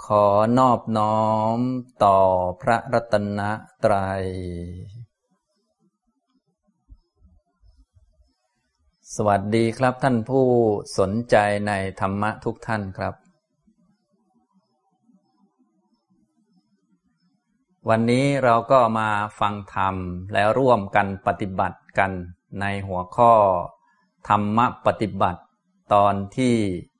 ขอนอบน้อมต่อพระรัตนตรัยสวัสดีครับท่านผู้สนใจในธรรมะทุกท่านครับวันนี้เราก็มาฟังธรรมแล้วร่วมกันปฏิบัติกันในหัวข้อธรรมะปฏิบัติตอนที่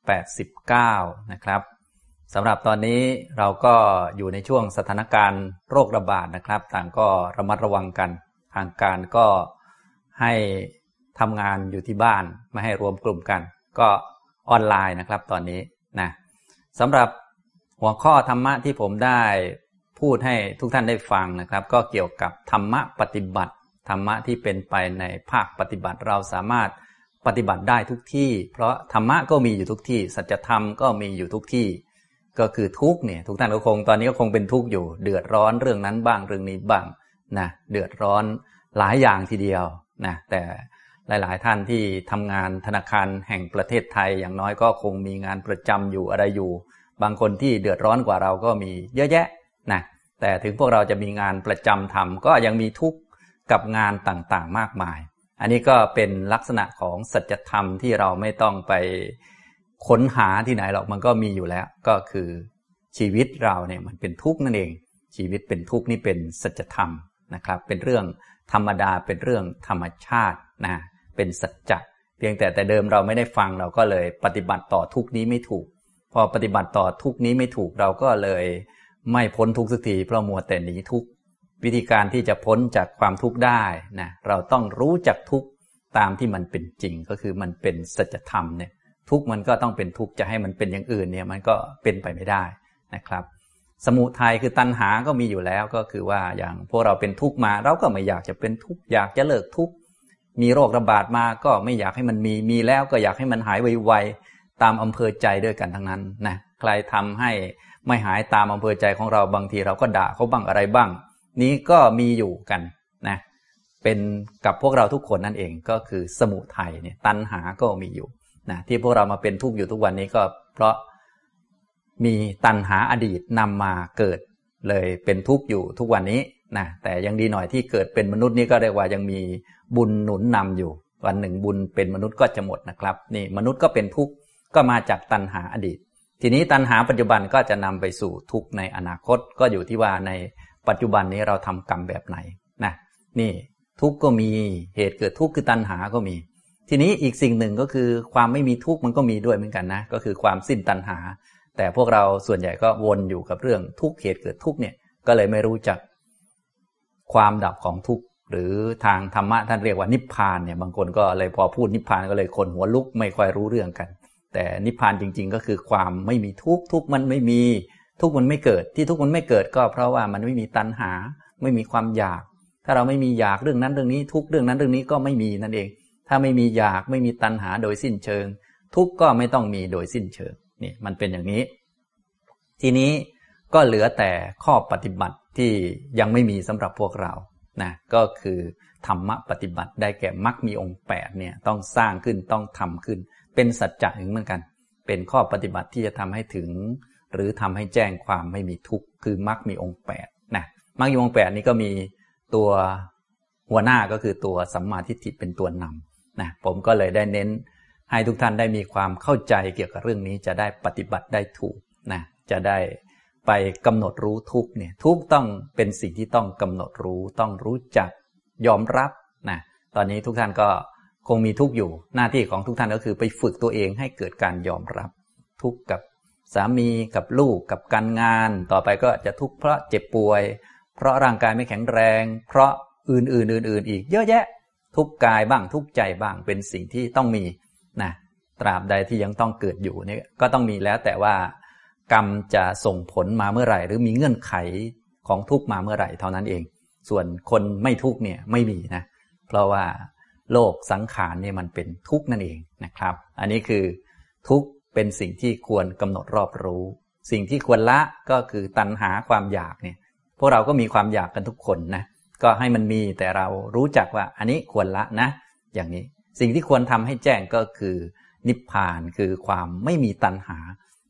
89นะครับสำหรับตอนนี้เราก็อยู่ในช่วงสถานการณ์โรคระบาดนะครับต่างก็ระมัดระวังกันทางการก็ให้ทำงานอยู่ที่บ้านไม่ให้รวมกลุ่มกันก็ออนไลน์นะครับตอนนี้นะสำหรับหัวข้อธรรมะที่ผมได้พูดให้ทุกท่านได้ฟังนะครับก็เกี่ยวกับธรรมะปฏิบัติธรรมะที่เป็นไปในภาคปฏิบัติเราสามารถปฏิบัติได้ทุกที่เพราะธรรมะก็มีอยู่ทุกที่สัจธรรมก็มีอยู่ทุกที่ก็คือทุกข์เนี่ยทุกท่านก็คงตอนนี้ก็คงเป็นทุกข์อยู่เดือดร้อนเรื่องนั้นบ้างเรื่องนี้บ้างนะเดือดร้อนหลายอย่างทีเดียวนะแต่หลายๆท่านที่ทำงานธนาคารแห่งประเทศไทยอย่างน้อยก็คงมีงานประจำอยู่อะไรอยู่บางคนที่เดือดร้อนกว่าเราก็มีเยอะแยะนะแต่ถึงพวกเราจะมีงานประจำทำก็ยังมีทุกข์กับงานต่างๆมากมายอันนี้ก็เป็นลักษณะของสัจธรรมที่เราไม่ต้องไปค้นหาที่ไหนหรอกมันก็มีอยู่แล้วก็คือชีวิตเราเนี่ยมันเป็นทุกข์นั่นเองชีวิตเป็นทุกข์นี่เป็นสัจธรรมนะครับเป็นเรื่องธรรมดาเป็นเรื่องธรรมชาตินะเป็นสัจจะเพียงแต่เดิมเราไม่ได้ฟังเราก็เลยปฏิบัติต่อทุกข์นี้ไม่ถูกพอปฏิบัติต่อทุกข์นี้ไม่ถูกเราก็เลยไม่พ้นทุกข์สักทีเพราะมัวแต่หนีทุกข์วิธีการที่จะพ้นจากความทุกข์ได้นะเราต้องรู้จักทุกข์ตามที่มันเป็นจริงก็คือมันเป็นสัจธรรมเนี่ยทุกข์มันก็ต้องเป็นทุกข์จะให้มันเป็นอย่างอื่นเนี่ยมันก็เป็นไปไม่ได้นะครับสมุทัยคือตัณหาก็มีอยู่แล้วก็คือว่าอย่างพวกเราเป็นทุกข์มาเราก็ไม่อยากจะเป็นทุกข์อยากจะเลิกทุกข์มีโรคระบาดมาก็ไม่อยากให้มันมีแล้วก็อยากให้มันหายไวๆตามอำเภอใจด้วยกันทั้งนั้นนะใครทำให้ไม่หายตามอำเภอใจของเราบางทีเราก็ด่าเขาบ้างอะไรบ้างนี้ก็มีอยู่กันนะเป็นกับพวกเราทุกคนนั่นเองก็คือสมุทัยเนี่ยตัณหาก็มีอยู่นะที่พวกเรามาเป็นทุกข์อยู่ทุกวันนี้ก็เพราะมีตัณหาอดีตนำมาเกิดเลยเป็นทุกข์อยู่ทุกวันนี้นะแต่ยังดีหน่อยที่เกิดเป็นมนุษย์นี่ก็เรียกว่ายังมีบุญหนุนนำอยู่วันหนึ่งบุญเป็นมนุษย์ก็จะหมดนะครับนี่มนุษย์ก็เป็นทุกข์ก็มาจากตัณหาอดีตทีนี้ตัณหาปัจจุบันก็จะนำไปสู่ทุกข์ในอนาคตก็อยู่ที่ว่าในปัจจุบันนี้เราทำกรรมแบบไหนนะนี่ทุกข์ก็มีเหตุเกิดทุกข์คือตัณหาก็มีทีนี้อีกสิ่งหนึ่งก็คือความไม่มีทุกข์มันก็มีด้วยเหมือนกันนะก็คือความสิ้นตัณหาแต่พวกเราส่วนใหญ่ก็วนอยู่กับเรื่องทุกข์เหตุเกิดทุกข์เนี่ยก็เลยไม่รู้จักความดับของทุกข์หรือทางธรรมะท่านเรียกว่านิพพานเนี่ยบางคนก็เลยพอพูดนิพพานก็เลยคนหัวลุกไม่ค่อยรู้เรื่องกันแต่นิพพานจริงๆก็คือความไม่มีทุกข์ทุกข์มันไม่มีทุกข์มันไม่เกิดที่ทุกข์มันไม่เกิดก็เพราะว่ามันไม่มีตัณหาไม่มีความอยากถ้าเราไม่มีอยากเรื่องนั้นเรื่องนี้ทุกข์เรื่องนั้นเรื่องนี้ก็ไม่มีนั่นเองถ้าไม่มีอยากไม่มีตัณหาโดยสิ้นเชิงทุกข์ก็ไม่ต้องมีโดยสิ้นเชิงนี่มันเป็นอย่างนี้ทีนี้ก็เหลือแต่ข้อปฏิบัติที่ยังไม่มีสำหรับพวกเรานะก็คือธรรมะปฏิบัติได้แก่มรรคมีองค์8เนี่ยต้องสร้างขึ้นต้องทำขึ้นเป็นสัจจะเหมือนกันเป็นข้อปฏิบัติที่จะทำให้ถึงหรือทำให้แจ้งความไม่มีทุกข์คือมรรคมีองค์8นะมรรคมีองค์8นี้ก็มีตัวหัวหน้าก็คือตัวสัมมาทิฏฐิเป็นตัวนำนะผมก็เลยได้เน้นให้ทุกท่านได้มีความเข้าใจเกี่ยวกับเรื่องนี้จะได้ปฏิบัติได้ถูกนะจะได้ไปกำหนดรู้ทุกข์เนี่ยทุกข์ต้องเป็นสิ่งที่ต้องกำหนดรู้ต้องรู้จักยอมรับนะตอนนี้ทุกท่านก็คงมีทุกข์อยู่หน้าที่ของทุกท่านก็คือไปฝึกตัวเองให้เกิดการยอมรับทุกข์กับสามีกับลูกกับการงานต่อไปก็จะทุกข์เพราะเจ็บป่วยเพราะร่างกายไม่แข็งแรงเพราะอื่นๆอีกเยอะแยะทุกข์กายบ้างทุกข์ใจบ้างเป็นสิ่งที่ต้องมีนะตราบใดที่ยังต้องเกิดอยู่นี่ก็ต้องมีแล้วแต่ว่ากรรมจะส่งผลมาเมื่อไหร่หรือมีเงื่อนไขของทุกข์มาเมื่อไหร่เท่านั้นเองส่วนคนไม่ทุกข์เนี่ยไม่มีนะเพราะว่าโลกสังขารเนี่ยมันเป็นทุกข์นั่นเองนะครับอันนี้คือทุกข์เป็นสิ่งที่ควรกำหนดรอบรู้สิ่งที่ควรละก็คือตัณหาความอยากเนี่ยพวกเราก็มีความอยากกันทุกคนนะก็ให้มันมีแต่เรารู้จักว่าอันนี้ควรละนะอย่างนี้สิ่งที่ควรทำให้แจ้งก็คือนิพพานคือความไม่มีตัณหา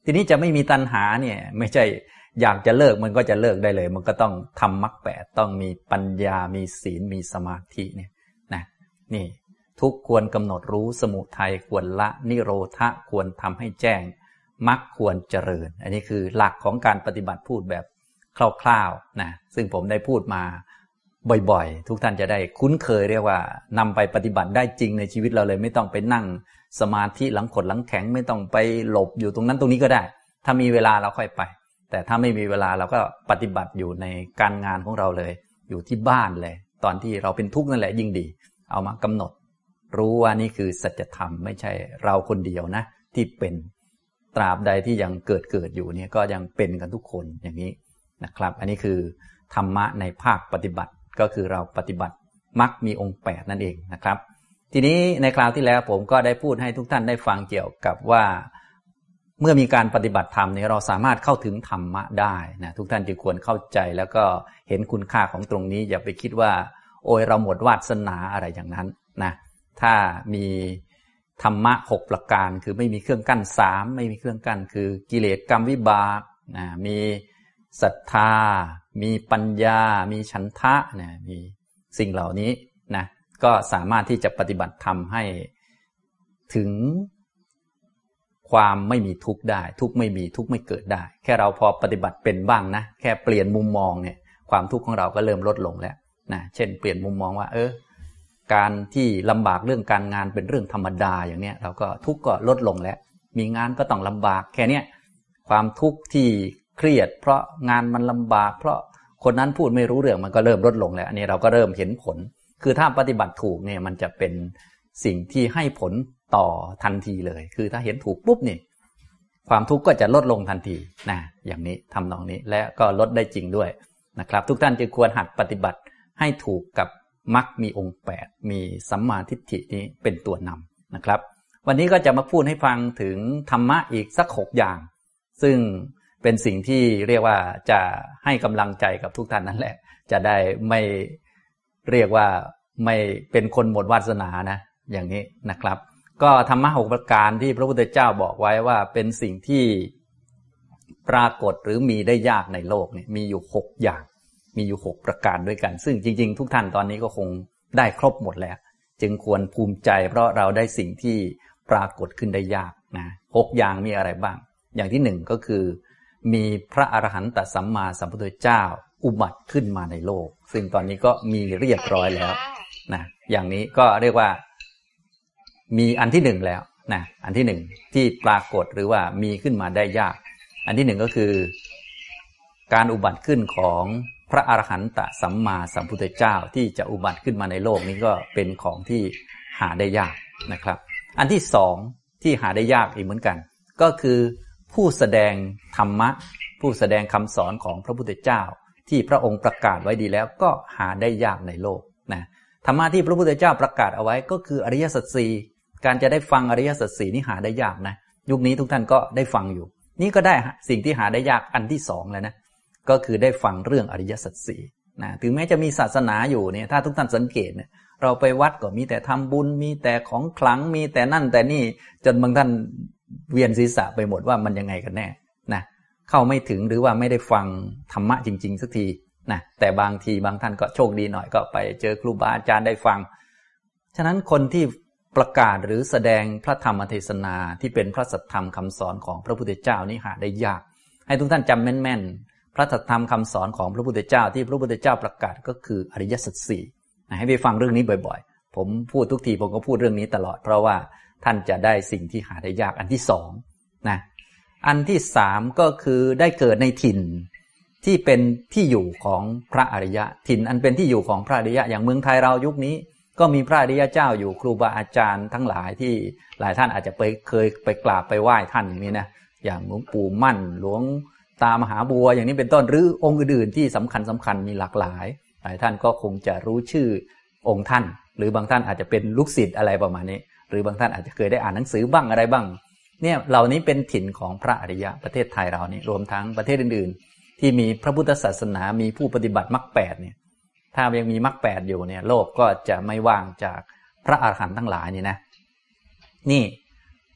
ทีนี้จะไม่มีตัณหาเนี่ยไม่ใช่อยากจะเลิกมันก็จะเลิกได้เลยมันก็ต้องทำมรรคแปดต้องมีปัญญามีศีลมีสมาธิเนี่ยนะนี่ทุกข์ควรกำหนดรู้สมุทัยควรละนิโรธะควรทำให้แจ้งมรรคควรเจริญอันนี้คือหลักของการปฏิบัติพูดแบบคร่าวๆนะซึ่งผมได้พูดมาบ่อยๆทุกท่านจะได้คุ้นเคยเรียกว่านำไปปฏิบัติได้จริงในชีวิตเราเลยไม่ต้องไปนั่งสมาธิหลังขดหลังแข็งไม่ต้องไปหลบอยู่ตรงนั้นตรงนี้ก็ได้ถ้ามีเวลาเราค่อยไปแต่ถ้าไม่มีเวลาเราก็ปฏิบัติอยู่ในการงานของเราเลยอยู่ที่บ้านเลยตอนที่เราเป็นทุกข์นั่นแหละยิ่งดีเอามากำหนดรู้ว่านี่คือสัจธรรมไม่ใช่เราคนเดียวนะที่เป็นตราบใดที่ยังเกิดอยู่เนี่ยก็ยังเป็นกันทุกคนอย่างนี้นะครับอันนี้คือธรรมะในภาคปฏิบัติก็คือเราปฏิบัติมรรคมีองค์8นั่นเองนะครับทีนี้ในคราวที่แล้วผมก็ได้พูดให้ทุกท่านได้ฟังเกี่ยวกับว่าเมื่อมีการปฏิบัติธรรมเนี่ยเราสามารถเข้าถึงธรรมะได้นะทุกท่านจึงควรเข้าใจแล้วก็เห็นคุณค่าของตรงนี้อย่าไปคิดว่าโอ้ยเราหมดวาสนาอะไรอย่างนั้นนะถ้ามีธรรมะ6ประการคือไม่มีเครื่องกั้น3ไม่มีเครื่องกั้นคือกิเลสกรรมวิบากนะมีศรัทธามีปัญญามีฉันทะนะมีสิ่งเหล่านี้นะก็สามารถที่จะปฏิบัติธรรมให้ถึงความไม่มีทุกข์ได้ทุกข์ไม่มีทุกข์ไม่เกิดได้แค่เราพอปฏิบัติเป็นบ้างนะแค่เปลี่ยนมุมมองเนี่ยความทุกข์ของเราก็เริ่มลดลงแล้วนะเช่นเปลี่ยนมุมมองว่าการที่ลำบากเรื่องการงานเป็นเรื่องธรรมดาอย่างเนี้ยเราก็ทุกข์ก็ลดลงแล้วมีงานก็ต้องลำบากแค่เนี้ยความทุกข์ที่เครียดเพราะงานมันลำบากเพราะคนนั้นพูดไม่รู้เรื่องมันก็เริ่มลดลงแล้วอันนี้เราก็เริ่มเห็นผลคือถ้าปฏิบัติถูกเนี่ยมันจะเป็นสิ่งที่ให้ผลต่อทันทีเลยคือถ้าเห็นถูกปุ๊บนี่ความทุกข์ก็จะลดลงทันทีนะอย่างนี้ทำนองนี้และก็ลดได้จริงด้วยนะครับทุกท่านจึงควรหัดปฏิบัติให้ถูกกับมรรคมีองค์8มีสัมมาทิฏฐินี้เป็นตัวนำนะครับวันนี้ก็จะมาพูดให้ฟังถึงธรรมะอีกสัก6อย่างซึ่งเป็นสิ่งที่เรียกว่าจะให้กำลังใจกับทุกท่านนั่นแหละจะได้ไม่เรียกว่าไม่เป็นคนหมดวาสนานะอย่างนี้นะครับก็ธรรมะ6ประการที่พระพุทธเจ้าบอกไว้ว่าเป็นสิ่งที่ปรากฏหรือมีได้ยากในโลกนี่มีอยู่6อย่างมีอยู่6ประการด้วยกันซึ่งจริงๆทุกท่านตอนนี้ก็คงได้ครบหมดแล้วจึงควรภูมิใจเพราะเราได้สิ่งที่ปรากฏขึ้นได้ยากนะ6อย่างมีอะไรบ้างอย่างที่1ก็คือมีพระอรหันตสัมมาสัมพุทธเจ้าอุบัติขึ้นมาในโลกซึ่งตอนนี้ก็มีเรียบร้อยแล้วนะอย่างนี้ก็เรียกว่ามีอันที่1แล้วนะอันที่1ที่ปรากฏหรือว่ามีขึ้นมาได้ยากอันที่1ก็คือการอุบัติขึ้นของพระอรหันตสัมมาสัมพุทธเจ้าที่จะอุบัติขึ้นมาในโลกนี้ก็เป็นของที่หาได้ยากนะครับอันที่2ที่หาได้ยากอีกเหมือนกันก็คือผู้แสดงธรรมะผู้แสดงคำสอนของพระพุทธเจ้าที่พระองค์ประกาศไว้ดีแล้วก็หาได้ยากในโลกนะธรรมะที่พระพุทธเจ้าประกาศเอาไว้ก็คืออริยสัจสี่การจะได้ฟังอริยสัจสี่นี่หาได้ยากนะยุคนี้ทุกท่านก็ได้ฟังอยู่นี่ก็ได้สิ่งที่หาได้ยากอันที่2แล้วนะก็คือได้ฟังเรื่องอริยสัจสี่นะถึงแม้จะมีศาสนาอยู่เนี่ยถ้าทุกท่านสังเกตเนี่ยเราไปวัดก็มีแต่ทำบุญมีแต่ของขลังมีแต่นั่นแต่นี่จนบางท่านเวียนศีรษะไปหมดว่ามันยังไงกันแน่นะเข้าไม่ถึงหรือว่าไม่ได้ฟังธรรมะจริงๆสักทีนะแต่บางทีบางท่านก็โชคดีหน่อยก็ไปเจอครูบาอาจารย์ได้ฟังฉะนั้นคนที่ประกาศหรือแสดงพระธรรมเทศนาที่เป็นพระสัทธรรมคำสอนของพระพุทธเจ้านี่หาได้ยากให้ทุกท่านจำแม่นๆพระสัทธรรมคำสอนของพระพุทธเจ้าที่พระพุทธเจ้าประกาศก็คืออริยสัจสี่ให้ไปฟังเรื่องนี้บ่อยๆผมพูดทุกทีผมก็พูดเรื่องนี้ตลอดเพราะว่าท่านจะได้สิ่งที่หาได้ยากอันที่2นะอันที่3ก็คือได้เกิดในถิ่นที่เป็นที่อยู่ของพระอริยะถิ่นอันเป็นที่อยู่ของพระอริยะอย่างเมืองไทยเรายุคนี้ก็มีพระอริยเจ้าอยู่ครูบาอาจารย์ทั้งหลายที่หลายท่านอาจจะเคยไปกราบไปไหว้ท่านอย่างนี้นะอย่างหลวงปู่มั่นหลวงตามหาบัวอย่างนี้เป็นต้นหรือองค์อื่นๆที่สำคัญมีหลากหลายหลายท่านก็คงจะรู้ชื่อองค์ท่านหรือบางท่านอาจจะเป็นลูกศิษย์อะไรประมาณนี้หรือบางท่านอาจจะเคยได้อ่านหนังสือบ้างอะไรบ้างเนี่ยเหล่านี้เป็นถิ่นของพระอริยะประเทศไทยเรานี่รวมทั้งประเทศอื่นๆที่มีพระพุทธศาสนามีผู้ปฏิบัติมรรค8เนี่ยถ้ายังมีมรรค8อยู่เนี่ยโลกก็จะไม่ว่างจากพระอรหันต์ทั้งหลายนี่นะนี่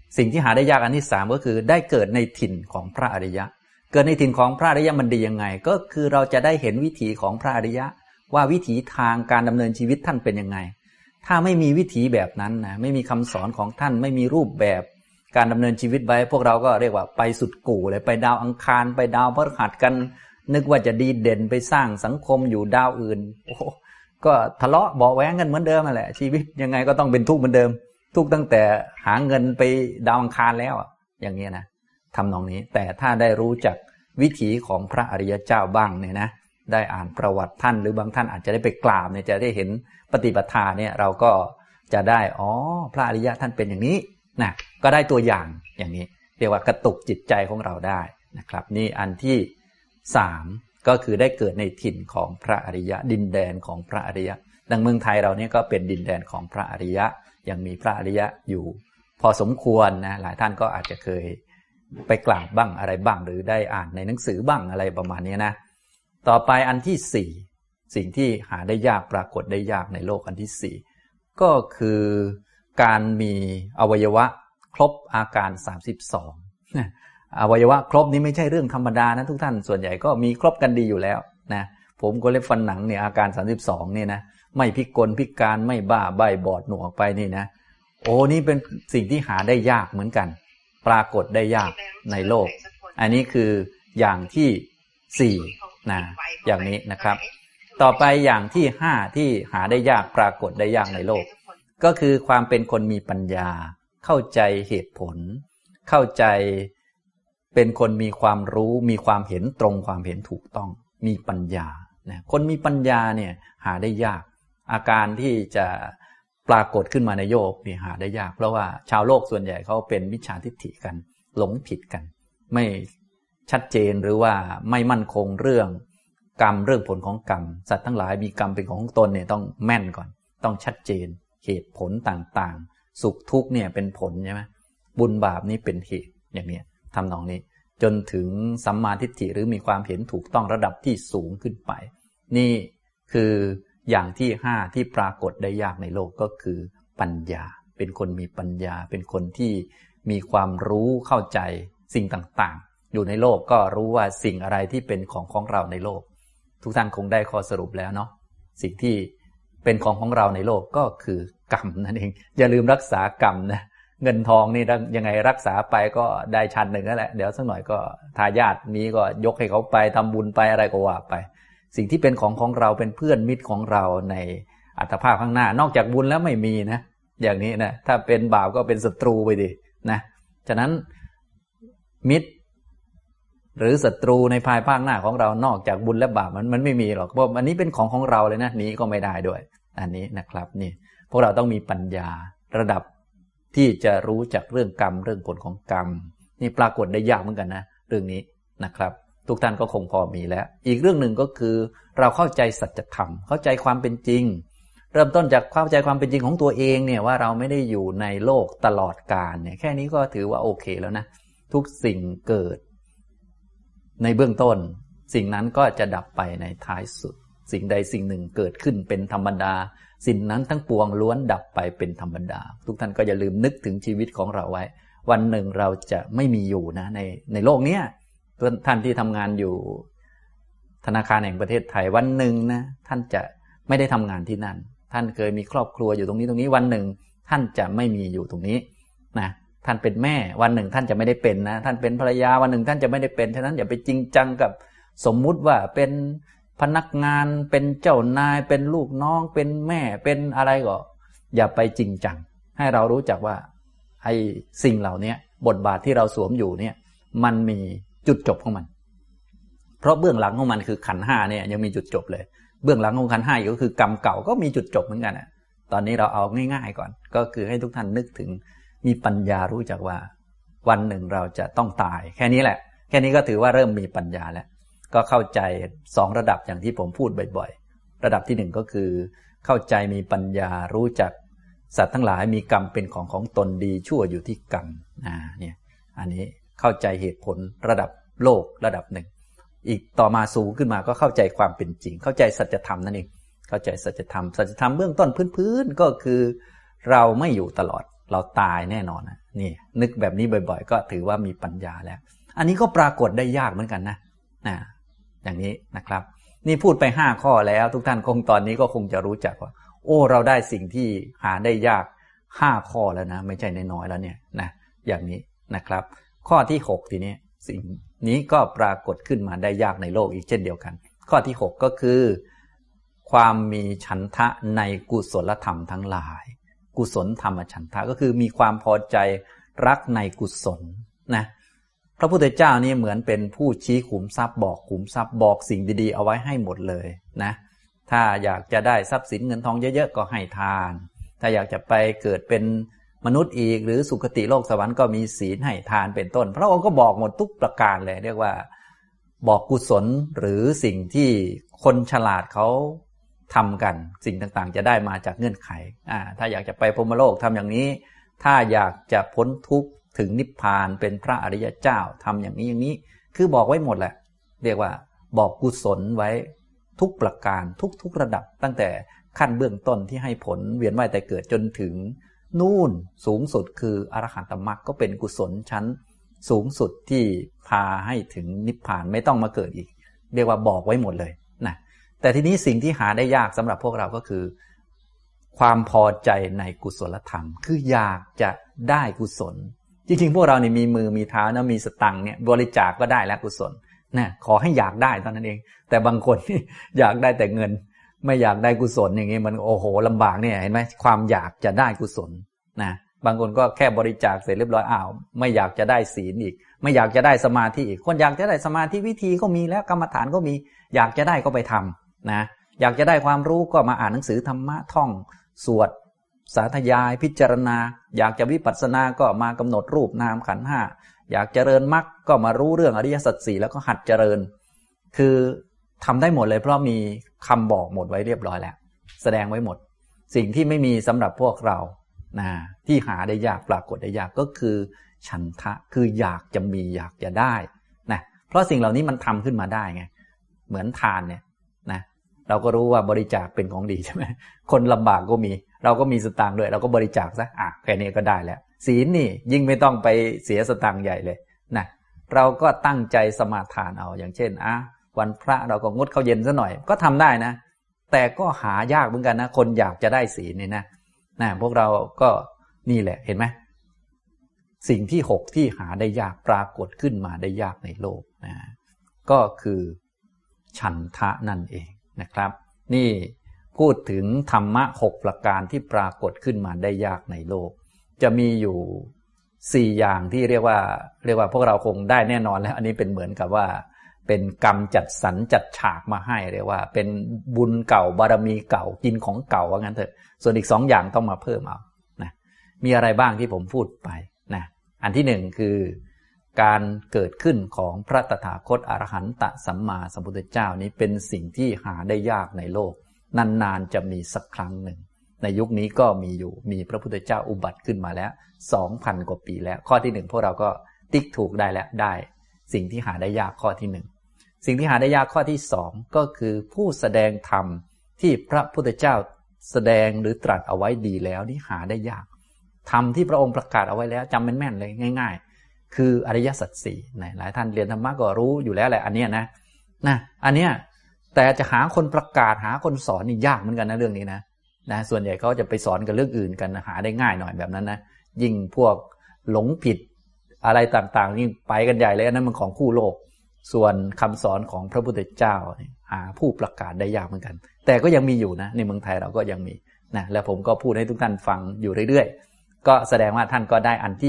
สิ่งที่หาได้ยากอันที่สามก็คือได้เกิดในถิ่นของพระอริยะเกิดในถิ่นของพระอริยะมันดียังไงก็คือเราจะได้เห็นวิถีของพระอริยะว่าวิถีทางการดำเนินชีวิตท่านเป็นยังไงถ้าไม่มีวิถีแบบนั้นนะไม่มีคำสอนของท่านไม่มีรูปแบบการดำเนินชีวิตไว้พวกเราก็เรียกว่าไปสุดกู่เลยไปดาวอังคารไปดาวพฤหัสกันนึกว่าจะดีเด่นไปสร้างสังคมอยู่ดาวอื่นโอ้ก็ทะเลาะเบาะแว้งกันเหมือนเดิมนั่นแหละชีวิตยังไงก็ต้องเป็นทุกข์เหมือนเดิมทุกตั้งแต่หาเงินไปดาวอังคารแล้วอย่างนี้นะทำนองนี้แต่ถ้าได้รู้จักวิถีของพระอริยเจ้าบ้างเนี่ยนะได้อ่านประวัติท่านหรือบางท่านอาจจะได้ไปกราบเนี่ยจะได้เห็นปฏิปทาเนี่ยเราก็จะได้พระอริยะท่านเป็นอย่างนี้นะก็ได้ตัวอย่างอย่างนี้เรียกว่ากระตุกจิตใจของเราได้นะครับนี่อันที่สามก็คือได้เกิดในถิ่นของพระอริยะดินแดนของพระอริยะดังเมืองไทยเราเนี่ยก็เป็นดินแดนของพระอริยะยังมีพระอริยะอยู่พอสมควรนะหลายท่านก็อาจจะเคยไปกราบบ้างอะไรบ้างหรือได้อ่านในหนังสือบ้างอะไรประมาณนี้นะต่อไปอันที่สี่สิ่งที่หาได้ยากปรากฏได้ยากในโลกอันที่สี่ก็คือการมีอวัยวะครบอาการ32อวัยวะครบนี้ไม่ใช่เรื่องธรรมดานะทุกท่านส่วนใหญ่ก็มีครบกันดีอยู่แล้วนะผมก็เล็บฟันหนังเนี่ยอาการ32เนี่ยนะไม่พิกลพิการไม่บ้าใบบอดหนวกไปนี่นะนี่เป็นสิ่งที่หาได้ยากเหมือนกันปรากฏได้ยากในโลกอันนี้คืออย่างที่สี่นะอย่างนี้นะครับต่อไปอย่างที่ห้าที่หาได้ยากปรากฏได้ยากในโลกก็คือความเป็นคนมีปัญญาเข้าใจเหตุผลเข้าใจเป็นคนมีความรู้มีความเห็นตรงความเห็นถูกต้องมีปัญญานะคนมีปัญญาเนี่ยหาได้ยากอาการที่จะปรากฏขึ้นมาในโลกนี่หาได้ยากเพราะว่าชาวโลกส่วนใหญ่เขาเป็นมิจฉาทิฏฐิกันหลงผิดกันไม่ชัดเจนหรือว่าไม่มั่นคงเรื่องกรรมเรื่องผลของกรรมสัตว์ทั้งหลายมีกรรมเป็นของตนเนี่ยต้องแม่นก่อนต้องชัดเจนเหตุผลต่างๆสุขทุกข์เนี่ยเป็นผลใช่ไหมบุญบาปนี้เป็นเหตุอย่างนี้ทำนองนี้จนถึงสัมมาทิฏฐิหรือมีความเห็นถูกต้องระดับที่สูงขึ้นไปนี่คืออย่างที่ห้าที่ปรากฏได้ยากในโลกก็คือปัญญาเป็นคนมีปัญญาเป็นคนที่มีความรู้เข้าใจสิ่งต่างๆอยู่ในโลกก็รู้ว่าสิ่งอะไรที่เป็นของเราในโลกทุกท่านคงได้ข้อสรุปแล้วเนาะสิ่งที่เป็นของเราในโลกก็คือกรรมนั่นเองอย่าลืมรักษากรรมนะเงินทองนี่ยังไงรักษาไปก็ได้ชั้นหนึ่งนั่นแหละเดี๋ยวสักหน่อยก็ทายาทนี้ก็ยกให้เขาไปทำบุญไปอะไรก็ว่าไปสิ่งที่เป็นของเราเป็นเพื่อนมิตรของเราในอัตภาพข้างหน้านอกจากบุญแล้วไม่มีนะอย่างนี้นะถ้าเป็นบาปก็เป็นศัตรูไปดินะฉะนั้นมิตรหรือศัตรูในภายภาคหน้าของเรานอกจากบุญและบาปมันไม่มีหรอกเพราะอันนี้เป็นของเราเลยนะนี้ก็ไม่ได้ด้วยอันนี้นะครับนี่พวกเราต้องมีปัญญาระดับที่จะรู้จักเรื่องกรรมเรื่องผลของกรรมนี่ปรากฏได้ยากเหมือนกันนะเรื่องนี้นะครับทุกท่านก็คงพอมีแล้วอีกเรื่องหนึ่งก็คือเราเข้าใจสัจธรรมเข้าใจความเป็นจริงเริ่มต้นจากเข้าใจความเป็นจริงของตัวเองเนี่ยว่าเราไม่ได้อยู่ในโลกตลอดกาลเนี่ยแค่นี้ก็ถือว่าโอเคแล้วนะทุกสิ่งเกิดในเบื้องต้นสิ่งนั้นก็จะดับไปในท้ายสุดสิ่งใดสิ่งหนึ่งเกิดขึ้นเป็นธรรมดาสิ่งนั้นทั้งปวงล้วนดับไปเป็นธรรมดาทุกท่านก็อย่าลืมนึกถึงชีวิตของเราไว้วันหนึ่งเราจะไม่มีอยู่นะในโลกนี้ท่านที่ทำงานอยู่ธนาคารแห่งประเทศไทยวันหนึ่งนะท่านจะไม่ได้ทำงานที่นั่นท่านเคยมีครอบครัวอยู่ตรงนี้วันหนึ่งท่านจะไม่มีอยู่ตรงนี้นะท่านเป็นแม่วันหนึ่งท่านจะไม่ได้เป็นนะท่านเป็นภรรยาวันหนึ่งท่านจะไม่ได้เป็นฉะนั้นอย่าไปจริงจังกับสมมุติว่าเป็นพนักงานเป็นเจ้านายเป็นลูกน้องเป็นแม่เป็นอะไรก็อย่าไปจริงจังให้เรารู้จักว่าไอ้สิ่งเหล่านี้บทบาทที่เราสวมอยู่เนี่ยมันมีจุดจบของมันเพราะเบื้องหลังของมันคือขันธ์ห้าเนี่ยยังมีจุดจบเลยเบื้องหลังของขันธ์ห้าอีกก็คือกรรมเก่าก็มีจุดจบเหมือนกันอ่ะตอนนี้เราเอาง่ายๆก่อนก็คือให้ทุกท่านนึกถึงมีปัญญารู้จักว่าวันหนึ่งเราจะต้องตายแค่นี้แหละแค่นี้ก็ถือว่าเริ่มมีปัญญาแล้วก็เข้าใจ2ระดับอย่างที่ผมพูดบ่อยๆระดับที่1ก็คือเข้าใจมีปัญญารู้จักสัตว์ทั้งหลายมีกรรมเป็นของตนดีชั่วอยู่ที่กรรมเนี่ยอันนี้เข้าใจเหตุผลระดับโลกระดับหนึ่งอีกต่อมาสูงขึ้นมาก็เข้าใจความเป็นจริงเข้าใจสัจธรรมนั่นเองเข้าใจสัจธรรมเบื้องต้นพื้นๆก็คือเราไม่อยู่ตลอดเราตายแน่นอนนี่นึกแบบนี้บ่อยๆก็ถือว่ามีปัญญาแล้วอันนี้ก็ปรากฏได้ยากเหมือนกันนะอย่างนี้นะครับนี่พูดไป5ข้อแล้วทุกท่านคงตอนนี้ก็คงจะรู้จักว่าโอ้เราได้สิ่งที่หาได้ยาก5ข้อแล้วนะไม่ใช่น้อยๆแล้วเนี่ยนะอย่างนี้นะครับข้อที่6ทีนี้สิ่งนี้ก็ปรากฏขึ้นมาได้ยากในโลกอีกเช่นเดียวกันข้อที่6ก็คือความมีฉันทะในกุศลธรรมทั้งหลายกุศลธรรมฉันทะก็คือมีความพอใจรักในกุศลนะพระพุทธเจ้านี่เหมือนเป็นผู้ชี้ขุมทรัพย์บอกขุมทรัพย์บอกสิ่งดีๆเอาไว้ให้หมดเลยนะถ้าอยากจะได้ทรัพย์สินเงินทองเยอะๆก็ให้ทานถ้าอยากจะไปเกิดเป็นมนุษย์อีกหรือสุคติโลกสวรรค์ก็มีศีลให้ทานเป็นต้นพระองค์ก็บอกหมดทุกประการเลยเรียกว่าบอกกุศลหรือสิ่งที่คนฉลาดเขาทำกันสิ่งต่างๆจะได้มาจากเงื่อนไขถ้าอยากจะไปพรหมโลกทำอย่างนี้ถ้าอยากจะพ้นทุกข์ถึงนิพพานเป็นพระอริยเจ้าทำอย่างนี้อย่างนี้คือบอกไว้หมดแหละเรียกว่าบอกกุศลไว้ทุกประการทุกระดับตั้งแต่ขั้นเบื้องต้นที่ให้ผลเวียนว่ายแต่เกิดจนถึงนู่นสูงสุดคืออรหันตมรรคก็เป็นกุศลชั้นสูงสุดที่พาให้ถึงนิพพานไม่ต้องมาเกิดอีกเรียกว่าบอกไว้หมดเลยนะแต่ทีนี้สิ่งที่หาได้ยากสำหรับพวกเราก็คือความพอใจในกุศลธรรมคืออยากจะได้กุศลจริงๆพวกเรานี่มีมือมีเท้านะมีสตังค์เนี่ยบริจาคก็ได้แล้วกุศลนะขอให้อยากได้เท่านั้นเองแต่บางคนนี่อยากได้แต่เงินไม่อยากได้กุศลอย่างงี้มันโอ้โหลำบากเนี่ยเห็นไหมความอยากจะได้กุศลนะบางคนก็แค่บริจาคเสร็จเรียบร้อยไม่อยากจะได้ศีลอีกไม่อยากจะได้สมาธิอีกคนอยากจะได้สมาธิวิธีก็มีแล้วกรรมฐานก็มีอยากจะได้ก็ไปทำนะอยากจะได้ความรู้ก็มาอ่านหนังสือธรรมะท่องสวดสาธยายพิจารณาอยากจะวิปัสสนาก็มากำหนดรูปนามขันธ์ห้าอยากเจริญมรรคก็มารู้เรื่องอริยสัจสี่แล้วก็หัดเจริญคือทำได้หมดเลยเพราะมีคำบอกหมดไว้เรียบร้อยแล้วแสดงไว้หมดสิ่งที่ไม่มีสำหรับพวกเราที่หาได้ยากปรากฏได้ยากก็คือฉันทะคืออยากจะมีอยากจะได้นะเพราะสิ่งเหล่านี้มันทำขึ้นมาได้ไงเหมือนทานเนี่ยนะเราก็รู้ว่าบริจาคเป็นของดีใช่ไหมคนลำบากก็มีเราก็มีสตางค์ด้วยเราก็บริจาคซะแค่นี้ก็ได้แล้วศีลนี่ยิ่งไม่ต้องไปเสียสตางค์ใหญ่เลยนะเราก็ตั้งใจสมาทานเอาอย่างเช่นวันพระเราก็งดข้าวเย็นซะหน่อยก็ทำได้นะแต่ก็หายากเหมือนกันนะคนอยากจะได้ศีลนี่นะพวกเราก็นี่แหละเห็นไหมสิ่งที่6ที่หาได้ยากปรากฏขึ้นมาได้ยากในโลกนะก็คือฉันทะนั่นเองนะครับนี่พูดถึงธรรมะ6ประการที่ปรากฏขึ้นมาได้ยากในโลกจะมีอยู่4อย่างที่เรียกว่าพวกเราคงได้แน่นอนแล้วอันนี้เป็นเหมือนกับว่าเป็นกรรมจัดสรรจัดฉากมาให้เรียกว่าเป็นบุญเก่าบารมีเก่ากินของเก่าว่างั้นเถอะส่วนอีก2อย่างต้องมาเพิ่มเอานะมีอะไรบ้างที่ผมพูดไปนะอันที่1คือการเกิดขึ้นของพระตถาคตอรหันตสัมมาสัมพุทธเจ้านี้เป็นสิ่งที่หาได้ยากในโลกนานๆจะมีสักครั้งหนึ่งในยุคนี้ก็มีพระพุทธเจ้าอุบัติขึ้นมาแล้ว 2,000 กว่าปีแล้วข้อที่1พวกเราก็ติ๊กถูกได้แล้วได้สิ่งที่หาได้ยากข้อที่1สิ่งที่หาได้ยากข้อที่2ก็คือผู้แสดงธรรมที่พระพุทธเจ้าแสดงหรือตรัสเอาไว้ดีแล้วนี่หาได้ยากธรรมที่พระองค์ประกาศเอาไว้แล้วจำแม่นๆเลยง่ายๆคืออริยสัจสี่หลายท่านเรียนธรรมะก็รู้อยู่แล้วแหละอันเนี้ยนะอันเนี้ยแต่จะหาคนประกาศหาคนสอนนี่ยากเหมือนกันนะเรื่องนี้นะส่วนใหญ่เขาจะไปสอนกันเรื่องอื่นกันหาได้ง่ายหน่อยแบบนั้นนะยิ่งพวกหลงผิดอะไรต่างๆนี่ไปกันใหญ่เลยอันนั้นมันของคู่โลกส่วนคำสอนของพระพุทธเจ้าหาผู้ประกาศได้ยากเหมือนกันแต่ก็ยังมีอยู่นะในเมืองไทยเราก็ยังมีแล้วผมก็พูดให้ทุกท่านฟังอยู่เรื่อยๆก็แสดงว่าท่านก็ได้อันที่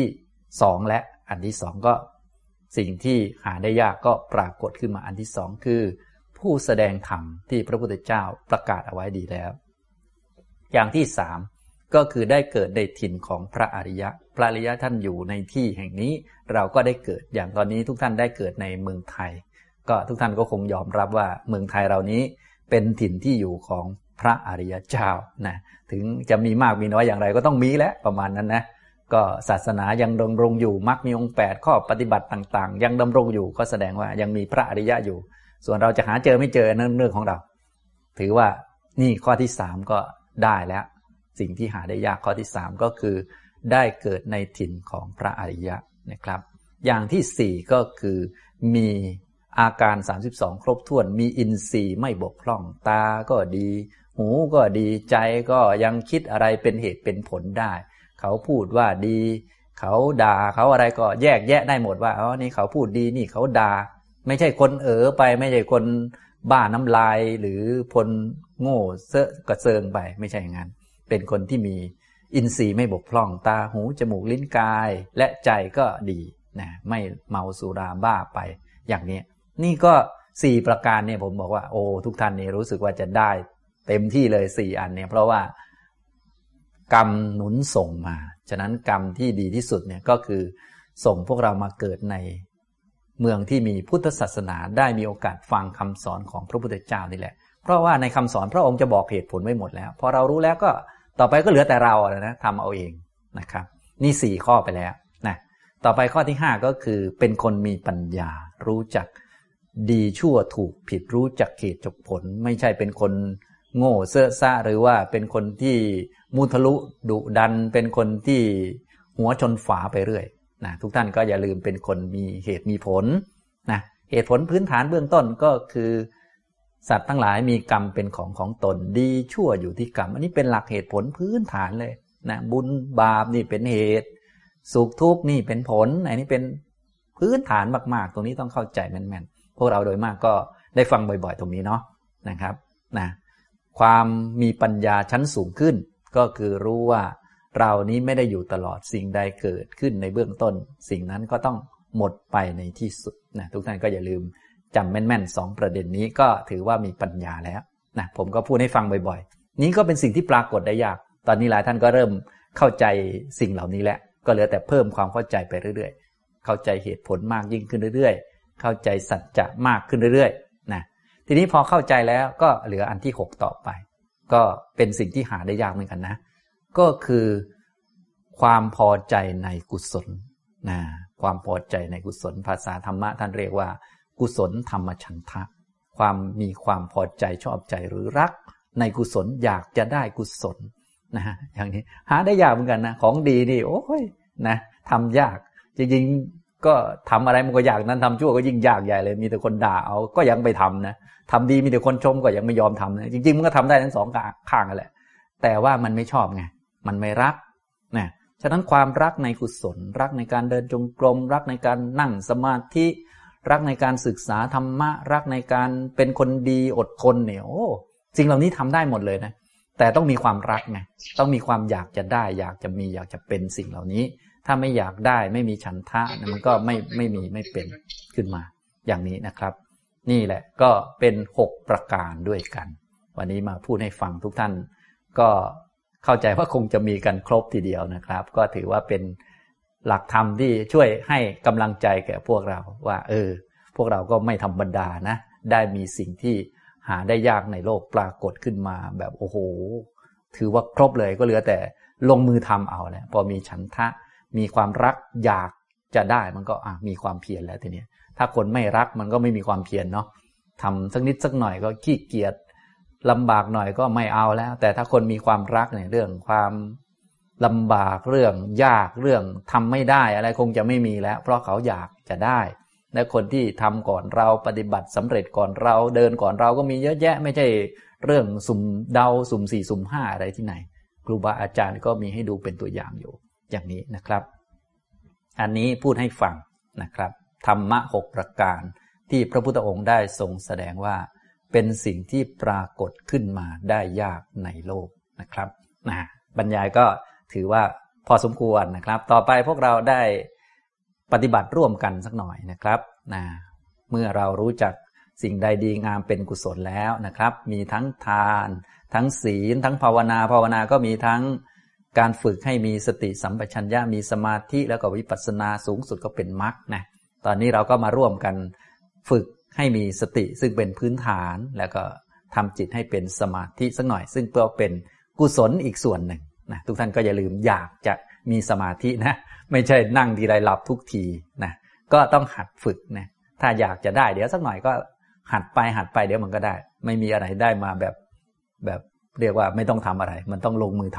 2และอันที่2ก็สิ่งที่หาได้ยากก็ปรากฏขึ้นมาอันที่2คือผู้แสดงธรรมที่พระพุทธเจ้าประกาศเอาไว้ดีแล้วอย่างที่3ก็คือได้เกิดในถิ่นของพระอริยะพระอริยะท่านอยู่ในที่แห่งนี้เราก็ได้เกิดอย่างตอนนี้ทุกท่านได้เกิดในเมืองไทยก็ทุกท่านก็คงยอมรับว่าเมืองไทยเรานี้เป็นถิ่นที่อยู่ของพระอริยเจ้าถึงจะมีมากมีน้อยอย่างไรก็ต้องมีแล้วประมาณนั้นนะก็ศาสนายังดำรงอยู่มรรคมีองค์8ข้อปฏิบัติต่างๆยังดำรงอยู่ก็แสดงว่ายังมีพระอริยะอยู่ส่วนเราจะหาเจอไม่เจอนั่นเรื่องของเราถือว่านี่ข้อที่3ก็ได้แล้วสิ่งที่หาได้ยากข้อที่3ก็คือได้เกิดในถิ่นของพระอริยะนะครับอย่างที่สี่ก็คือมีอาการ32ครบถ้วนมีอินทรีย์ไม่บกพร่องตาก็ดีหูก็ดีใจก็ยังคิดอะไรเป็นเหตุเป็นผลได้เขาพูดว่าดีเขาด่าเขาอะไรก็แยกแยะได้หมดว่าอ๋อนี่เขาพูดดีนี่เขาด่าไม่ใช่คนไปไม่ใช่คนบ้าน้ำลายหรือคนโง่เซอะกระเซิงไปไม่ใช่อย่างนั้นเป็นคนที่มีอินทรีย์ไม่บกพร่องตาหูจมูกลิ้นกายและใจก็ดีนะไม่เมาสุราบ้าไปอย่างนี้นี่ก็4ประการเนี่ยผมบอกว่าโอ้ทุกท่านนี่รู้สึกว่าจะได้เต็มที่เลย4อันเนี่ยเพราะว่ากรรมหนุนส่งมาฉะนั้นกรรมที่ดีที่สุดเนี่ยก็คือส่งพวกเรามาเกิดในเมืองที่มีพุทธศาสนาได้มีโอกาสฟังคำสอนของพระพุทธเจ้านี่แหละเพราะว่าในคำสอนพระองค์จะบอกเหตุผลไว้หมดแล้วพอเรารู้แล้วก็ต่อไปก็เหลือแต่เรานะทำเอาเองนะครับนี่4ข้อไปแล้วนะต่อไปข้อที่5ก็คือเป็นคนมีปัญญารู้จักดีชั่วถูกผิดรู้จักเหตุจบผลไม่ใช่เป็นคนโง่เซ่อซ่าหรือว่าเป็นคนที่มุทะลุดุดันเป็นคนที่หัวชนฝาไปเรื่อยนะทุกท่านก็อย่าลืมเป็นคนมีเหตุมีผลนะเหตุผลพื้นฐานเบื้องต้นก็คือสัตว์ทั้งหลายมีกรรมเป็นของตนดีชั่วอยู่ที่กรรมอันนี้เป็นหลักเหตุผลพื้นฐานเลยนะบุญบาปนี่เป็นเหตุสุขทุกข์นี่เป็นผลอันนี้เป็นพื้นฐานมากๆตรงนี้ต้องเข้าใจแม่นๆพวกเราโดยมากก็ได้ฟังบ่อยๆตรงนี้เนาะนะครับนะความมีปัญญาชั้นสูงขึ้นก็คือรู้ว่าเรานี้ไม่ได้อยู่ตลอดสิ่งใดเกิดขึ้นในเบื้องต้นสิ่งนั้นก็ต้องหมดไปในที่สุดนะทุกท่านก็อย่าลืมจำแม่นๆ2ประเด็นนี้ก็ถือว่ามีปัญญาแล้วนะผมก็พูดให้ฟังบ่อยๆนี้ก็เป็นสิ่งที่ปรากฏได้ยากตอนนี้หลายท่านก็เริ่มเข้าใจสิ่งเหล่านี้แล้วก็เหลือแต่เพิ่มความเข้าใจไปเรื่อยๆเข้าใจเหตุผลมากยิ่งขึ้นเรื่อยๆเข้าใจสัจจะมากขึ้นเรื่อยๆนะทีนี้พอเข้าใจแล้วก็เหลืออันที่6ต่อไปก็เป็นสิ่งที่หาได้ยากเหมือนกันนะก็คือความพอใจในกุศลนะความพอใจในกุศลภาษาธรรมะท่านเรียกว่ากุศลธรรมฉันทะความมีความพอใจชอบใจหรือรักในกุศลอยากจะได้กุศลนะอย่างนี้หาได้ยากเหมือนกันนะของดีนี่โอ้ยนะทำยากจริงๆก็ทำอะไรมันก็ยากนั้นทำชั่วก็ยิ่งยากใหญ่เลยมีแต่คนด่าเอาก็ยังไปทำนะทำดีมีแต่คนชมก็ยังไม่ยอมทำนะจริงๆมันก็ทำได้ทั้งสองข้างกันแหละแต่ว่ามันไม่ชอบไงมันไม่รักนะฉะนั้นความรักในกุศลรักในการเดินจงกรมรักในการนั่งสมาธิรักในการศึกษาธรรมะรักในการเป็นคนดีอดทนเนี่ยโอ้สิ่งเหล่านี้ทำได้หมดเลยนะแต่ต้องมีความรักไงต้องมีความอยากจะได้อยากจะมีอยากจะเป็นสิ่งเหล่านี้ถ้าไม่อยากได้ไม่มีฉันทะมันก็ไม่เป็นขึ้นมาอย่างนี้นะครับนี่แหละก็เป็น6ประการด้วยกันวันนี้มาพูดให้ฟังทุกท่านก็เข้าใจว่าคงจะมีกันครบทีเดียวนะครับก็ถือว่าเป็นหลักธรรมที่ช่วยให้กำลังใจแก่พวกเราว่าพวกเราก็ไม่ธรรมดานะได้มีสิ่งที่หาได้ยากในโลกปรากฏขึ้นมาแบบโอ้โหถือว่าครบเลยก็เหลือแต่ลงมือทำเอาแหละพอมีฉันทะมีความรักอยากจะได้มันก็มีความเพียรแล้วทีนี้ถ้าคนไม่รักมันก็ไม่มีความเพียรเนาะทำสักนิดสักหน่อยก็ขี้เกียจลำบากหน่อยก็ไม่เอาแล้วแต่ถ้าคนมีความรักเนี่ยเรื่องความลำบากเรื่องยากเรื่องทำไม่ได้อะไรคงจะไม่มีแล้วเพราะเขาอยากจะได้และคนที่ทำก่อนเราปฏิบัติสำเร็จก่อนเราเดินก่อนเราก็มีเยอะแยะไม่ใช่เรื่องสุ่มเดาสุ่ม4สุ่ม5อะไรที่ไหนครูบาอาจารย์ก็มีให้ดูเป็นตัวอย่างอยู่อย่างนี้นะครับอันนี้พูดให้ฟังนะครับธรรมะ6ประการที่พระพุทธองค์ได้ทรงแสดงว่าเป็นสิ่งที่ปรากฏขึ้นมาได้ยากในโลกนะครับบรรยายก็ถือว่าพอสมควรนะครับต่อไปพวกเราได้ปฏิบัติร่วมกันสักหน่อยนะครับเมื่อเรารู้จักสิ่งใดดีงามเป็นกุศลแล้วนะครับมีทั้งทานทั้งศีลทั้งภาวนาก็มีทั้งการฝึกให้มีสติสัมปชัญญะมีสมาธิแล้วก็วิปัสสนาสูงสุดก็เป็นมรรคนะตอนนี้เราก็มาร่วมกันฝึกให้มีสติซึ่งเป็นพื้นฐานแล้วก็ทำจิตให้เป็นสมาธิสักหน่อยซึ่งเพื่อเป็นกุศลอีกส่วนหนึ่งนะทุกท่านก็อย่าลืมอยากจะมีสมาธินะไม่ใช่นั่งทีไรหลับทุกทีนะก็ต้องหัดฝึกนะถ้าอยากจะได้เดี๋ยวสักหน่อยก็หัดไปเดี๋ยวมันก็ได้ไม่มีอะไรได้มาแบบเรียกว่าไม่ต้องทำอะไรมันต้องลงมือท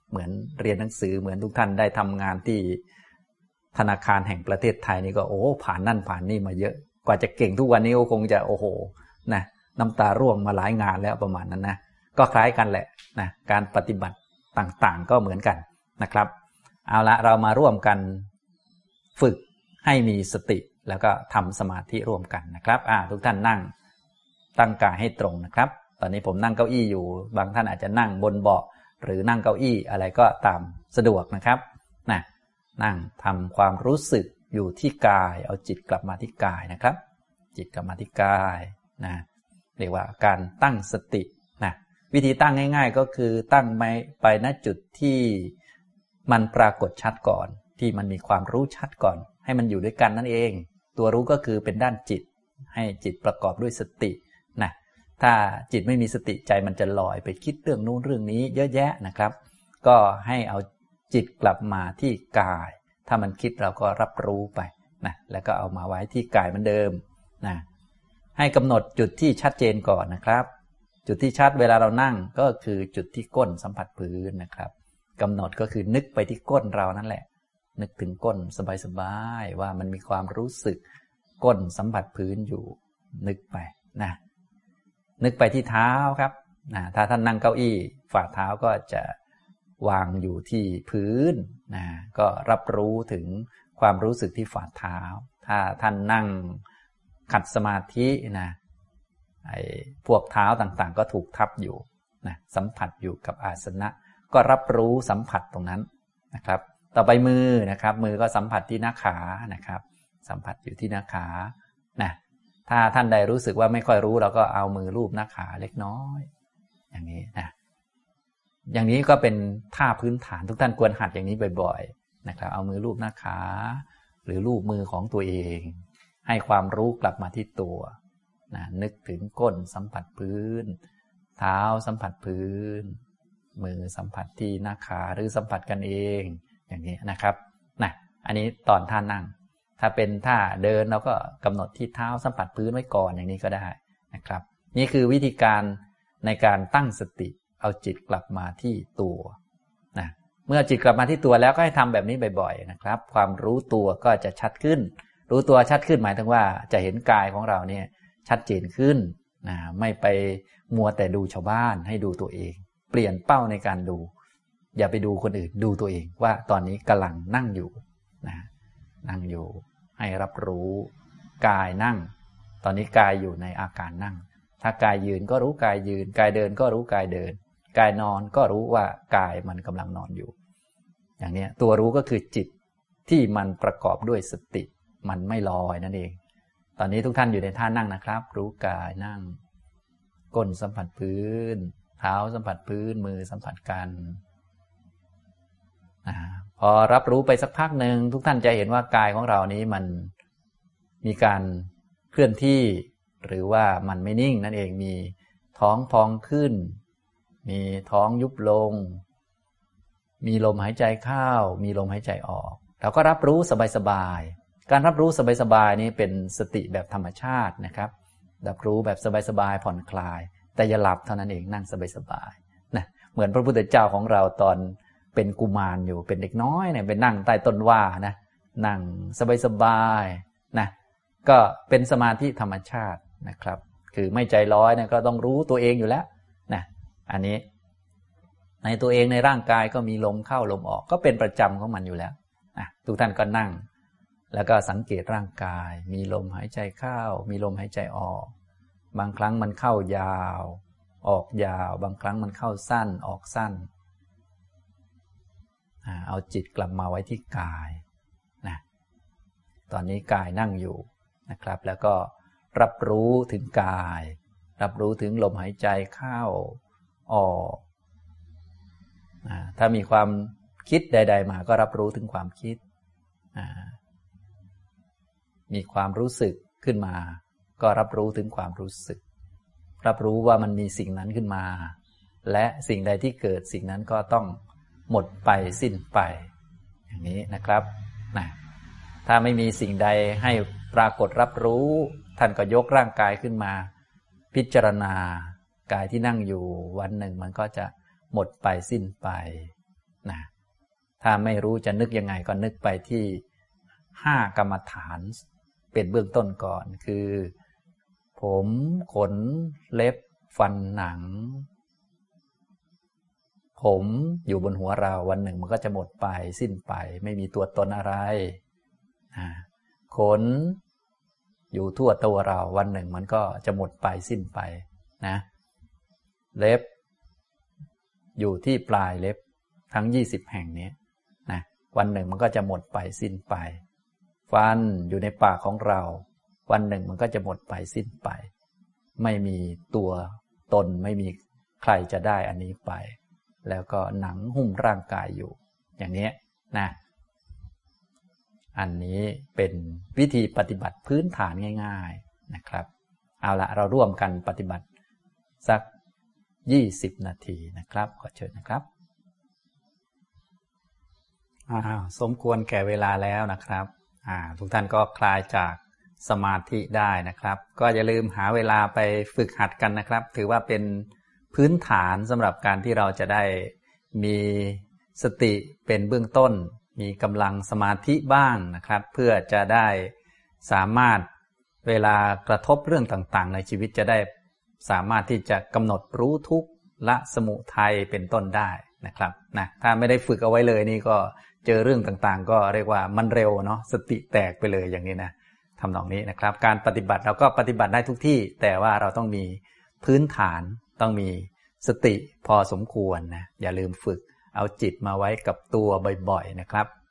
เหมือนเรียนหนังสือเหมือนทุกท่านได้ทำงานที่ธนาคารแห่งประเทศไทยนี่ก็โอ้ผ่านนั่นผ่านนี่มาเยอะกว่าจะเก่งทุกวันนี้ก็คงจะโอ้โหนะน้ำตาร่วงมาหลายงานแล้วประมาณนั้นนะก็คล้ายกันแหละนะการปฏิบัติต่างๆก็เหมือนกันนะครับเอาละเรามาร่วมกันฝึกให้มีสติแล้วก็ทำสมาธิร่วมกันนะครับทุกท่านนั่งตั้งกายให้ตรงนะครับตอนนี้ผมนั่งเก้าอี้อยู่บางท่านอาจจะนั่งบนเบาะหรือนั่งเก้าอี้อะไรก็ตามสะดวกนะครับนั่งทำความรู้สึกอยู่ที่กายเอาจิตกลับมาที่กายนะครับจิตกลับมาที่กายเรียกว่าการตั้งสติวิธีตั้งง่ายๆก็คือตั้งไปณจุดที่มันปรากฏชัดก่อนที่มันมีความรู้ชัดก่อนให้มันอยู่ด้วยกันนั่นเองตัวรู้ก็คือเป็นด้านจิตให้จิตประกอบด้วยสติถ้าจิตไม่มีสติใจมันจะลอยไปคิดเรื่องนู้นเรื่องนี้เยอะแยะนะครับก็ให้เอาจิตกลับมาที่กายถ้ามันคิดเราก็รับรู้ไปแล้วก็เอามาไว้ที่กายเหมือนเดิมให้กำหนดจุดที่ชัดเจนก่อนนะครับจุดที่ชัดเวลาเรานั่งก็คือจุดที่ก้นสัมผัสพื้นนะครับกำหนดก็คือนึกไปที่ก้นเรานั่นแหละนึกถึงก้นสบายๆว่ามันมีความรู้สึกก้นสัมผัสพื้นอยู่นึกไปนึกไปที่เท้าครับถ้าท่านนั่งเก้าอี้ฝ่าเท้าก็จะวางอยู่ที่พื้นก็รับรู้ถึงความรู้สึกที่ฝ่าเท้าถ้าท่านนั่งขัดสมาธิพวกเท้าต่างๆก็ถูกทับอยู่สัมผัสอยู่กับอาสนะก็รับรู้สัมผัสตรงนั้นนะครับต่อไปมือนะครับมือก็สัมผัสที่หน้าขานะครับสัมผัสอยู่ที่หน้าขาถ้าท่านใดรู้สึกว่าไม่ค่อยรู้เราก็เอามือลูบหน้าขาเล็กน้อยอย่างนี้อย่างนี้ก็เป็นท่าพื้นฐานทุกท่านควรหัดอย่างนี้บ่อยๆนะครับเอามือลูบหน้าขาหรือลูบมือของตัวเองให้ความรู้กลับมาที่ตัวนึกถึงก้นสัมผัสพื้นเท้าสัมผัสพื้นมือสัมผัสที่หน้าขาหรือสัมผัสกันเองอย่างนี้นะครับอันนี้ตอนท่านั่งถ้าเป็นท่าเดินเราก็กำหนดที่เท้าสัมผัสพื้นไว้ก่อนอย่างนี้ก็ได้นะครับนี่คือวิธีการในการตั้งสติเอาจิตกลับมาที่ตัวเมื่อจิตกลับมาที่ตัวแล้วก็ให้ทำแบบนี้บ่อยๆนะครับความรู้ตัวก็จะชัดขึ้นรู้ตัวชัดขึ้นหมายถึงว่าจะเห็นกายของเราเนี่ยชัดเจนขึ้นไม่ไปมัวแต่ดูชาวบ้านให้ดูตัวเองเปลี่ยนเป้าในการดูอย่าไปดูคนอื่นดูตัวเองว่าตอนนี้กำลังนั่งอยู่นั่งอยู่ให้รับรู้กายนั่งตอนนี้กายอยู่ในอาการนั่งถ้ากายยืนก็รู้กายยืนกายเดินก็รู้กายเดินกายนอนก็รู้ว่ากายมันกำลังนอนอยู่อย่างนี้ตัวรู้ก็คือจิตที่มันประกอบด้วยสติมันไม่ลอยนั่นเองตอนนี้ทุกท่านอยู่ในท่านั่งนะครับรู้กายนั่งก้นสัมผัสพื้นเท้าสัมผัสพื้นมือสัมผัสกันพอรับรู้ไปสักพักหนึ่งทุกท่านจะเห็นว่ากายของเรานี้มันมีการเคลื่อนที่หรือว่ามันไม่นิ่งนั่นเองมีท้องพองขึ้นมีท้องยุบลงมีลมหายใจเข้ามีลมหายใจออกเราก็รับรู้สบายๆการรับรู้สบายๆนี้เป็นสติแบบธรรมชาตินะครับรับรู้แบบสบายๆผ่อนคลายแต่อย่าหลับเท่านั้นเองนั่งสบายๆเหมือนพระพุทธเจ้าของเราตอนเป็นกุมารอยู่เป็นเด็กน้อยไปนั่งใต้ต้นว่านั่งสบายๆก็เป็นสมาธิธรรมชาตินะครับคือไม่ใจร้อยก็ต้องรู้ตัวเองอยู่แล้วอันนี้ในตัวเองในร่างกายก็มีลมเข้าลมออกก็เป็นประจำของมันอยู่แล้วทุกท่านก็นั่งแล้วก็สังเกตร่างกายมีลมหายใจเข้ามีลมหายใจออกบางครั้งมันเข้ายาวออกยาวบางครั้งมันเข้าสั้นออกสั้นเอาจิตกลับมาไว้ที่กายตอนนี้กายนั่งอยู่นะครับแล้วก็รับรู้ถึงกายรับรู้ถึงลมหายใจเข้าออกถ้ามีความคิดใดๆมาก็รับรู้ถึงความคิดมีความรู้สึกขึ้นมาก็รับรู้ถึงความรู้สึกรับรู้ว่ามันมีสิ่งนั้นขึ้นมาและสิ่งใดที่เกิดสิ่งนั้นก็ต้องหมดไปสิ้นไปอย่างนี้นะครับถ้าไม่มีสิ่งใดให้ปรากฏรับรู้ท่านก็ยกร่างกายขึ้นมาพิจารณากายที่นั่งอยู่วันหนึ่งมันก็จะหมดไปสิ้นไปนะถ้าไม่รู้จะนึกยังไงก็นึกไปที่5 กรรมฐานเป็นเบื้องต้นก่อนคือผมขนเล็บฟันหนังผมอยู่บนหัวเราวันหนึ่งมันก็จะหมดไปสิ้นไปไม่มีตัวตนอะไรขนอยู่ทั่วตัวเราวันหนึ่งมันก็จะหมดไปสิ้นไปนะเล็บอยู่ที่ปลายเล็บทั้ง20 แห่งนี้นะวันหนึ่งมันก็จะหมดไปสิ้นไปฟันอยู่ในปากของเราวันหนึ่งมันก็จะหมดไปสิ้นไปไม่มีตัวตนไม่มีใครจะได้อันนี้ไปแล้วก็หนังหุ้มร่างกายอยู่อย่างนี้นะอันนี้เป็นวิธีปฏิบัติพื้นฐานง่ายๆนะครับเอาละเราร่วมกันปฏิบัติสัก20 นาทีนะครับขอเชิญนะครับสมควรแก่เวลาแล้วนะครับทุกท่านก็คลายจากสมาธิได้นะครับก็อย่าลืมหาเวลาไปฝึกหัดกันนะครับถือว่าเป็นพื้นฐานสำหรับการที่เราจะได้มีสติเป็นเบื้องต้นมีกำลังสมาธิบ้างนะครับเพื่อจะได้สามารถเวลากระทบเรื่องต่างๆในชีวิตจะได้สามารถที่จะกำหนดรู้ทุกข์ละสมุทัยเป็นต้นได้นะครับนะถ้าไม่ได้ฝึกเอาไว้เลยนี่ก็เจอเรื่องต่างๆก็เรียกว่ามันเร็วเนาะสติแตกไปเลยอย่างนี้นะทำนองนี้นะครับการปฏิบัติเราก็ปฏิบัติได้ทุกที่แต่ว่าเราต้องมีพื้นฐานต้องมีสติพอสมควรนะอย่าลืมฝึกเอาจิตมาไว้กับตัวบ่อยๆนะครับ